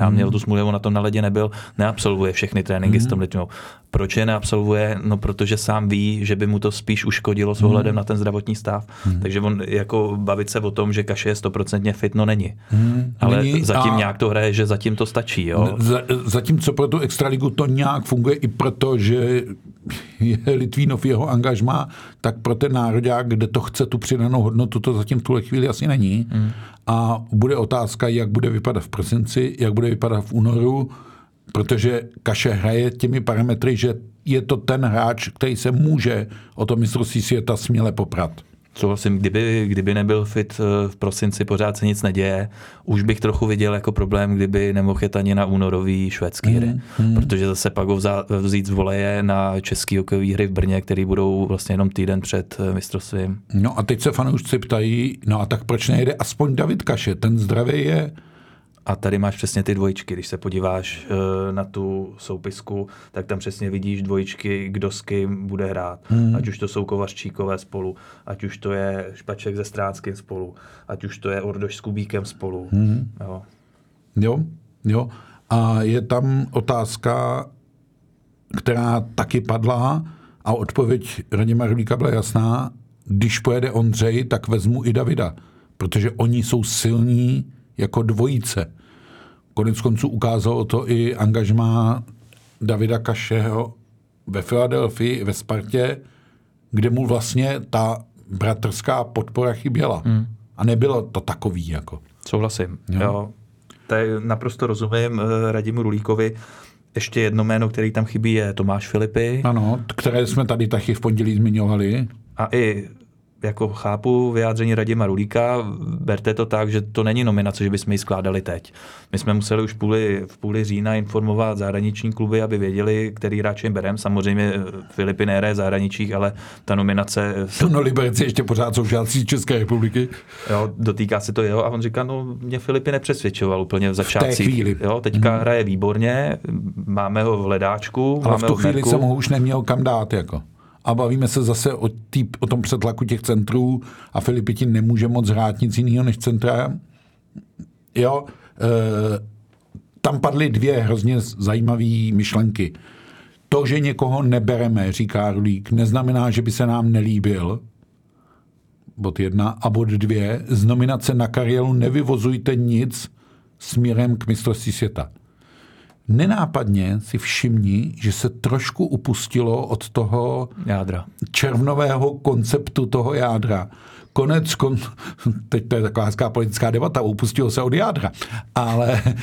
tenkrát měl tu smůlu, na tom na ledě nebyl, neabsolvuje všechny tréninky mm. s tom rytmou. Proč je neabsolvuje? No protože sám ví, že by mu to spíš uškodilo s ohledem mm. na ten zdravotní stav. Mm. Takže on jako bavit se o tom, že Kaše je stoprocentně fit, no není. Mm. Ale není zatím a... nějak to hraje, že zatím to stačí. Jo? Za, zatímco pro tu extraligu to nějak funguje i proto, že je Litvínov jeho angažmá, tak pro ten nároďák, kde to chce tu přidanou hodnotu, to zatím v tuhle chvíli asi není. Mm. A bude otázka, jak bude vypadat v prosinci, jak bude vypadat v únoru, protože Kaše hraje těmi parametry, že je to ten hráč, který se může o to mistrovství světa směle poprat. Souhlasím, kdyby, kdyby nebyl fit v prosinci, pořád se nic neděje. Už bych trochu viděl jako problém, kdyby nemohl jet ani na únorový švédský hry. Mm, mm. Protože zase pak ho vzá, vzít z voleje na český hokejový hry v Brně, který budou vlastně jenom týden před mistrovstvím. No a teď se fanoušci ptají, no a tak proč nejde aspoň David Kaše? Ten zdravý je... A tady máš přesně ty dvojičky. Když se podíváš uh, na tu soupisku, tak tam přesně vidíš dvojičky, kdo s kým bude hrát. Hmm. Ať už to jsou Kovařčíkové spolu, ať už to je Špaček se Stránským spolu, ať už to je Ordoš s Kubíkem spolu. Hmm. Jo. jo, jo. A je tam otázka, která taky padla a odpověď Radima Rulíka byla jasná. Když pojede Ondřej, tak vezmu i Davida, protože oni jsou silní jako dvojice. Konec konců ukázalo to i angažmá Davida Kašeho ve Filadelfii, ve Spartě, kde mu vlastně ta bratrská podpora chyběla. Hmm. A nebylo to takový. Jako. Souhlasím. Jo. Jo. Tady naprosto rozumím Radimu Rulíkovi. Ještě jedno jméno, který tam chybí, je Tomáš Filipy. Ano, které jsme tady taky v pondělí zmiňovali. A i jako chápu vyjádření Radima Rulíka, berte to tak, že to není nominace, že bychom ji skládali teď. My jsme museli už v půli, v půli října informovat zahraniční kluby, aby věděli, který hráč jim berem. Samozřejmě Filipy nehraje v zahraničích, ale ta nominace... No Liberci ještě pořád jsou žáci České republiky. Jo, dotýká se to jeho a on říká, no mě Filipy nepřesvědčoval úplně v začátcích. V té chvíli. Jo, teďka hmm. hraje výborně, máme ho v hledáčku. Ale v tu chvíli jsem ho už neměl kam dát, jako. A bavíme se zase o, tý, o tom přetlaku těch centrů a Filipy ti nemůže moc hrát nic jiného než centra. Jo, e, tam padly dvě hrozně zajímavé myšlenky. To, že někoho nebereme, říká Rulík, neznamená, že by se nám nelíbil. Bod jedna. A bod dvě. Z nominace na kariéru nevyvozujte nic směrem k mistrovství světa. Nenápadně si všimni, že se trošku upustilo od toho jádra. Červnového konceptu toho jádra. Konec, kon... teď to je taková hezká politická debata, upustilo se od jádra, ale e,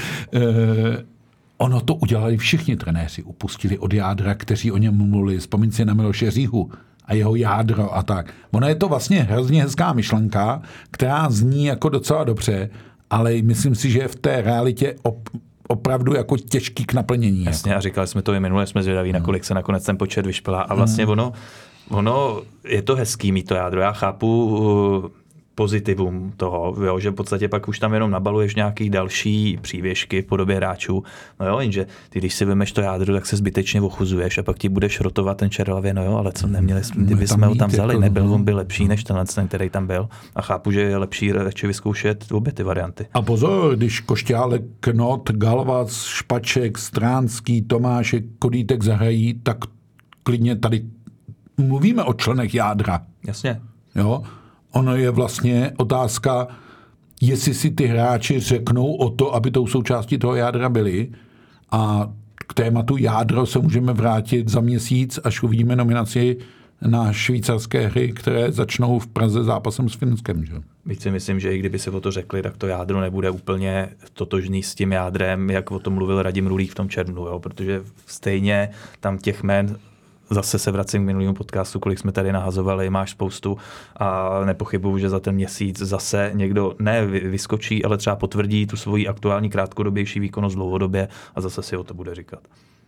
ono to udělali všichni trenéři, upustili od jádra, kteří o něm mluvili, vzpomín si na Miloše Říhu a jeho jádro a tak. Ono je to vlastně hrozně hezká myšlenka, která zní jako docela dobře, ale myslím si, že je v té realitě op- opravdu jako těžký k naplnění. Jasně, jako. A říkali jsme to i minule, jsme zvědaví, no. nakolik se nakonec ten počet vyšplhá. A vlastně mm. ono, ono, je to hezký mít to jádro. Já chápu uh, pozitivum toho, jo, že v podstatě pak už tam jenom nabaluješ nějaký další přívěšky v podobě hráčů. No jo, jenže ty, když si vemeš to jádro, tak se zbytečně ochuzuješ a pak ti budeš rotovat ten čerlavě, no jo, ale co neměli, kdyby jsme ho tam vzali, jako, nebyl, on by lepší než tenhle, ten, který tam byl. A chápu, že je lepší radši vyzkoušet obě ty varianty. A pozor, když Košťálek, Knot, Galvac, Špaček, Stránský, Tomášek, Kodítek zahrají, tak klidně tady mluvíme o členech jádra. Jasně. Jo. Ono je vlastně otázka, jestli si ty hráči řeknou o to, aby tou součástí toho jádra byli. A k tématu jádro se můžeme vrátit za měsíc, až uvidíme nominaci na švýcarské hry, které začnou v Praze zápasem s Finskem. Že? Víc si myslím, že i kdyby si o to řekli, tak to jádro nebude úplně totožný s tím jádrem, jak o tom mluvil Radim Rulík v tom červnu, jo? Protože stejně tam těch jmén, zase se vracím k minulému podcastu, kolik jsme tady nahazovali, máš spoustu a nepochybuju, že za ten měsíc zase někdo ne vyskočí, ale třeba potvrdí tu svoji aktuální krátkodobější výkonnost dlouhodobě a zase si o to bude říkat.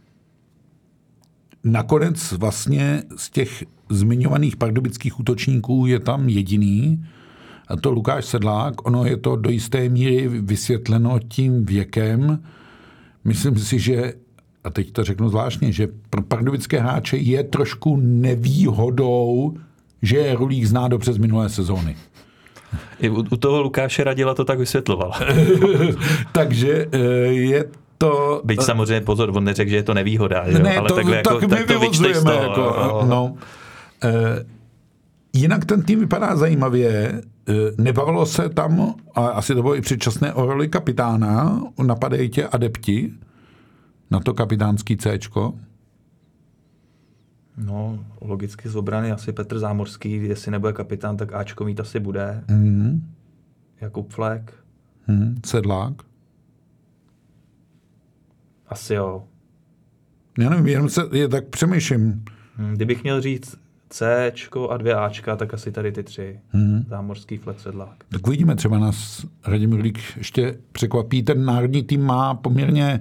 Nakonec vlastně z těch zmiňovaných pardubických útočníků je tam jediný, a to Lukáš Sedlák. Ono je to do jisté míry vysvětleno tím věkem. Myslím si, že a teď to řeknu zvláštně, že pro pardubické hráče je trošku nevýhodou, že Rulík zná dobře z minulé sezóny. I u toho Lukáše Radila to tak vysvětloval. Takže je To, Byť samozřejmě pozor, on neřekl, že je to nevýhoda, že? Ne, ale to, takhle tak jako, my tak to vyčteš z toho. Jako, no. no. E, jinak ten tým vypadá zajímavě. E, nebavilo se tam, a asi to bylo i předčasné, o roli kapitána, napadají tě adepti na to kapitánský Cčko. No, logicky z obrany asi Petr Zámorský, jestli nebude kapitán, tak Ačko mít asi bude. Mm. Jakub Flek. Mm. Sedlák. Asi jo. Já nevím, jenom se, je, tak přemýšlím. Kdybych měl říct Cčko a dvě Ačka, tak asi tady ty tři. Mm. Zámorský, Flek, Sedlák. Tak uvidíme, třeba nás Radim Rulík ještě překvapí. Ten národní tým má poměrně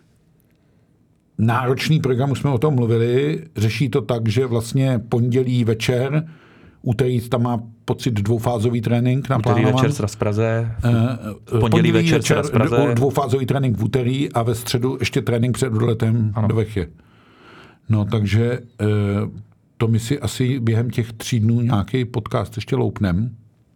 náročný program, už jsme o tom mluvili. Řeší to tak, že vlastně pondělí večer, úterý tam má pocit dvoufázový trénink naplánovaný. Úterý večer Sraz Praze, uh, pondělí večer Sraz Praze. Dvoufázový trénink v úterý a ve středu ještě trénink před odletem do Vechy. No takže uh, to my si asi během těch tří dnů nějaký podcast ještě loupnem.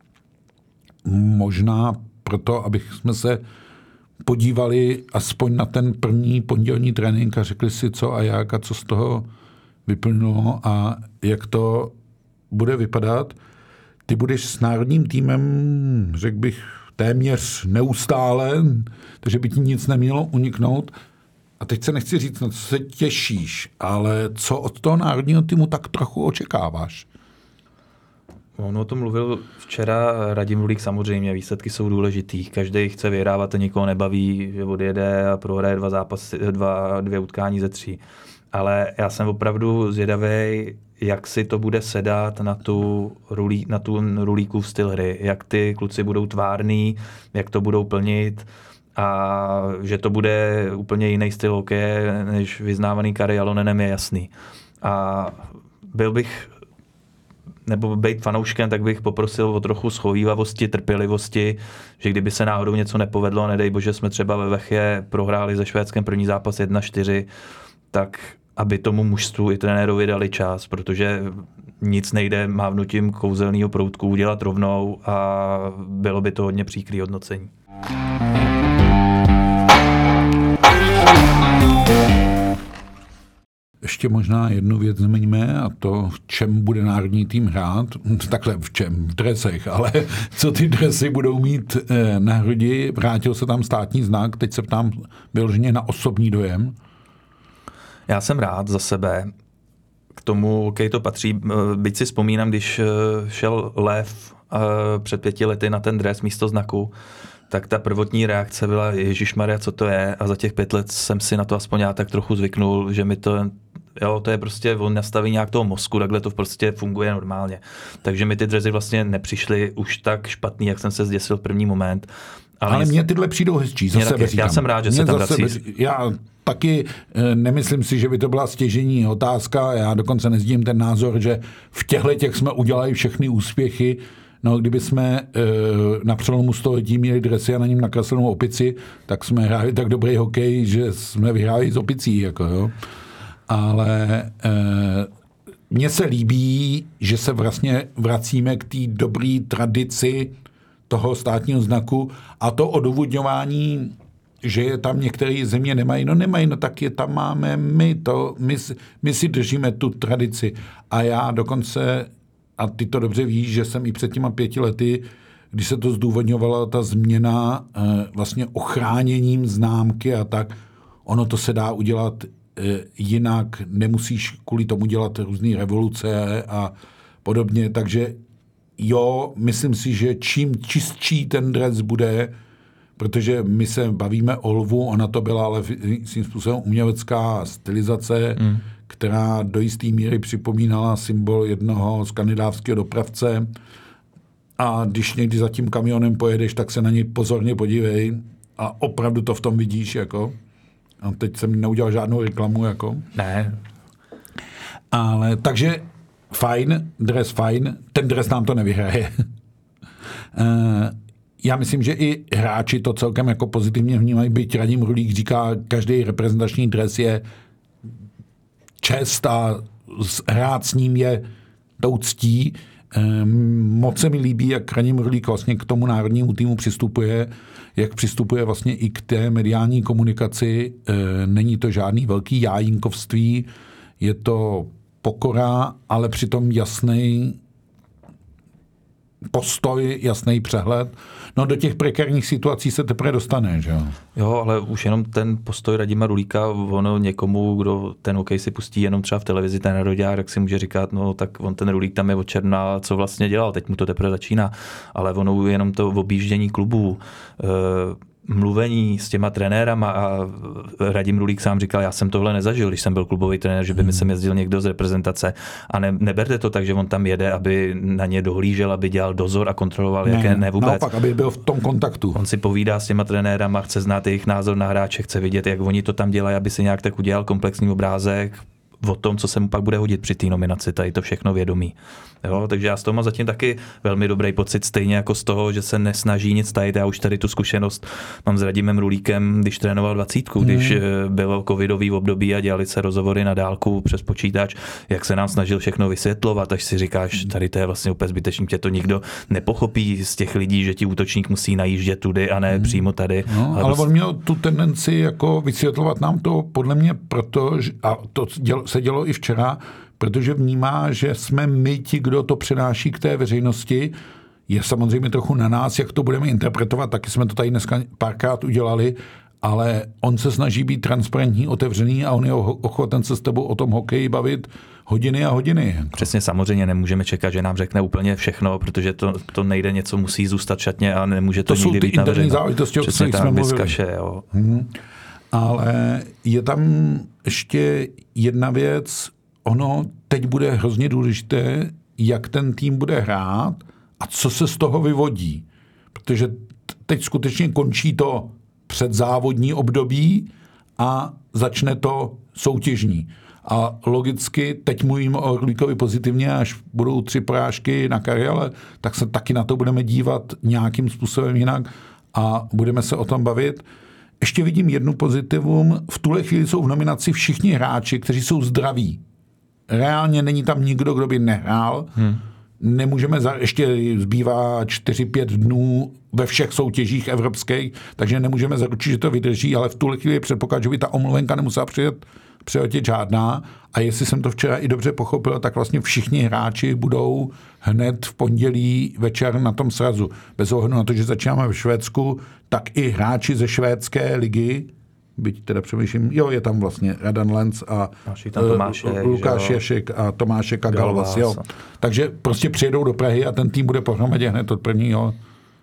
Možná proto, abych jsme se podívali aspoň na ten první pondělní trénink a řekli si, co a jak a co z toho vyplnulo a jak to bude vypadat. Ty budeš s národním týmem, řekl bych, téměř neustále, takže by ti nic nemělo uniknout. A teď se nechci říct, na co se těšíš, ale co od toho národního týmu tak trochu očekáváš? On o tom mluvil včera Radim Rulík, samozřejmě, výsledky jsou důležitý. Každý chce vyhrávat a nikoho nebaví, že odjede a prohraje dva zápasy, dva, dvě utkání ze tří. Ale já jsem opravdu zvědavý, jak si to bude sedat na tu, rulí, na tu Rulíkův styl hry. Jak ty kluci budou tvárný, jak to budou plnit a že to bude úplně jiný styl hokeje, než vyznávaný Kari Jalonenem, je jasný. A byl bych nebo být fanouškem, tak bych poprosil o trochu schovívavosti, trpělivosti, že kdyby se náhodou něco nepovedlo, nedej bože, jsme třeba ve Vechě prohráli se Švédskem první zápas jedna čtyři, tak aby tomu mužstvu i trenérovi dali čas, protože nic nejde mávnutím kouzelného proutku udělat rovnou a bylo by to hodně příkrý hodnocení. Ještě možná jednu věc zmiňme a to, v čem bude národní tým hrát. Takhle v čem? V dresech, ale co ty dresy budou mít na hrudi. Vrátil se tam státní znak, teď se ptám vyloženě na osobní dojem. Já jsem rád za sebe. K tomu, okej, to patří. Byť si vzpomínám, když šel Lev před pěti lety na ten dres místo znaku, tak ta prvotní reakce byla ježišmarja, co to je, a za těch pět let jsem si na to aspoň já tak trochu zvyknul, že mi to, jo, to je prostě, on nastaví nějak toho mozku, takhle to prostě funguje normálně. Takže mi ty dresy vlastně nepřišly už tak špatný, jak jsem se zděsil v první moment. Ale, Ale mně tyhle přijdou hezčí, za sebe říkám. Já jsem rád, že mě se tam vrací. Já taky nemyslím si, že by to byla stěžejní otázka, já dokonce nezdím ten názor, že v těchto těch jsme udělali všechny úspěchy. No, kdyby jsme e, na přelomu století měli dresy a na ním nakreslenou opici, tak jsme hráli tak dobrý hokej, že jsme vyhráli z opicí. Jako, jo. Ale e, mně se líbí, že se vlastně vracíme k té dobré tradici toho státního znaku a to odůvodňování, že je tam některé země nemají. No nemají, no tak je tam máme my. To, my, my si držíme tu tradici. A já dokonce... A ty to dobře víš, že jsem i před těma pěti lety, když se to zdůvodňovala ta změna e, vlastně ochráněním známky a tak, ono to se dá udělat e, jinak, nemusíš kvůli tomu dělat různé revoluce a podobně, takže jo, myslím si, že čím čistší ten dres bude, protože my se bavíme o Lvu, ona to byla ale svým způsobem umělecká stylizace, mm. která do jisté míry připomínala symbol jednoho skandinávského dopravce. A když někdy za tím kamionem pojedeš, tak se na něj pozorně podívej a opravdu to v tom vidíš. Jako. A teď jsem neudělal žádnou reklamu. Jako. Ne. Ale takže fajn, dres fajn, ten dres nám to nevyhraje. Já myslím, že i hráči to celkem jako pozitivně vnímají, byť Radim Rulík říká, každý reprezentační dres je čest a hrát s ním je tou ctí. moc se mi líbí, jak Radim Rulík vlastně k tomu národnímu týmu přistupuje, jak přistupuje vlastně i k té mediální komunikaci. E, není to žádný velký jájínkovství, je to pokora, ale přitom jasný postoj, jasný přehled. No do těch prekérních situací se teprve dostane, že jo? Jo, ale už jenom ten postoj Radima Rulíka, ono někomu, kdo ten hokej si pustí jenom třeba v televizi, ten nároďák, tak si může říkat, no tak on ten Rulík tam je od června, co vlastně dělal, teď mu to teprve začíná, ale ono jenom to objíždění klubů, e- mluvení s těma trenérama a Radim Rulík sám říkal, já jsem tohle nezažil, když jsem byl klubový trenér, že by mi sem jezdil někdo z reprezentace a ne, neberte to tak, že on tam jede, aby na ně dohlížel, aby dělal dozor a kontroloval, ne, jaké ne vůbec. Naopak, aby byl v tom kontaktu. On si povídá s těma trenérama, chce znát jejich názor na hráče, chce vidět, jak oni to tam dělají, aby si nějak tak udělal komplexní obrázek o tom, co se mu pak bude hodit při té nominaci, tady to všechno vědomí. Jo, takže já z toho mám zatím taky velmi dobrý pocit, stejně jako z toho, že se nesnaží nic tajit. Já už tady tu zkušenost mám s Radimem Rulíkem, když trénoval dvacítku, hmm. když bylo covidový období a dělali se rozhovory na dálku přes počítač, jak se nám snažil všechno vysvětlovat, až si říkáš, tady to je vlastně úplně zbytečný, tě to nikdo nepochopí z těch lidí, že ti útočník musí najíždět tudy a ne hmm. přímo tady. No, ale on měl tu tendenci jako vysvětlovat nám to podle mě proto, a to dělo, se dělo i včera, protože vnímá, že jsme my ti, kdo to přenáší k té veřejnosti. Je samozřejmě trochu na nás, jak to budeme interpretovat, taky jsme to tady dneska párkrát udělali, ale on se snaží být transparentní, otevřený a on je ochoten se s tebou o tom hokeji bavit hodiny a hodiny. Přesně, samozřejmě nemůžeme čekat, že nám řekne úplně všechno, protože to, to nejde, něco musí zůstat šatně a nemůže to, to nikdy být na veřejnost. To jsou ty interní záležitosti, o kterých jsme mluvili. Jo. Hmm. Ale je tam ještě jedna věc, ono teď bude hrozně důležité, jak ten tým bude hrát a co se z toho vyvodí. Protože teď skutečně končí to předzávodní období a začne to soutěžní. A logicky, teď mluvím o Rulíkovi pozitivně, až budou tři porážky na kariéle, tak se taky na to budeme dívat nějakým způsobem jinak a budeme se o tom bavit. Ještě vidím jednu pozitivum. V tuhle chvíli jsou v nominaci všichni hráči, kteří jsou zdraví. Reálně není tam nikdo, kdo by nehrál. Hmm. Nemůžeme, za, ještě zbývá čtyři pět dnů ve všech soutěžích evropských, takže nemůžeme zaručit, že to vydrží, ale v tuhle chvíli předpoklad, že by ta omluvenka nemusela přijet, přiletět žádná. A jestli jsem to včera i dobře pochopil, tak vlastně všichni hráči budou hned v pondělí večer na tom srazu. Bez ohledu na to, že začínáme v Švédsku, tak i hráči ze švédské ligy, byť teda přemýšlím, jo, je tam vlastně Radan Lenz a tam Tomášek, Lukáš Ješek a Tomášek a Galvas. Jo. Takže prostě přijedou do Prahy a ten tým bude pohromadě hned od prvního.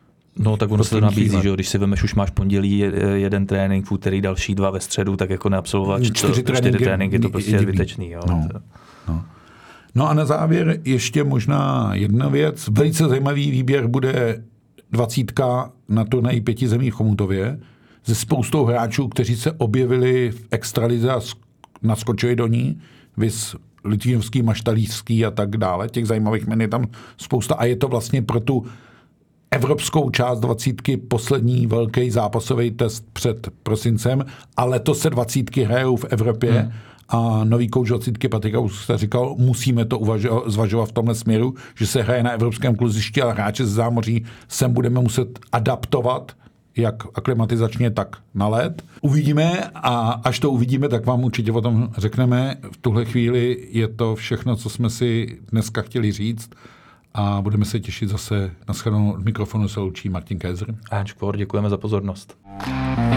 No tak ono se to nabízí, že když si vemeš, už máš pondělí jeden trénink, v úterý další dva ve středu, tak jako neabsolvovat čtyři, čtyři tréninky, tréninky, to prostě je zbytečný. Jo. No, no. no a na závěr ještě možná jedna věc. Velice zajímavý výběr bude dvacítka na turnaji pěti zemí v Chomutově se spoustou hráčů, kteří se objevili v extralize a naskočili do ní, vys Litvínovský, Maštalířský a tak dále. Těch zajímavých jmen je tam spousta a je to vlastně pro tu evropskou část dvacítky poslední velký zápasový test před prosincem, a letos se dvacítky hrajou v Evropě hmm. a nový kouč dvacítky Patrik Augusta říkal, musíme to uvažo- zvažovat v tomhle směru, že se hraje na evropském kluzišti, ale hráče z zámoří sem budeme muset adaptovat jak aklimatizačně, tak na let. Uvidíme a až to uvidíme, tak vám určitě o tom řekneme. V tuhle chvíli je to všechno, co jsme si dneska chtěli říct a budeme se těšit zase na shledanou. Od mikrofonu se loučí Martin Kézer. A Jan Škvor, děkujeme za pozornost.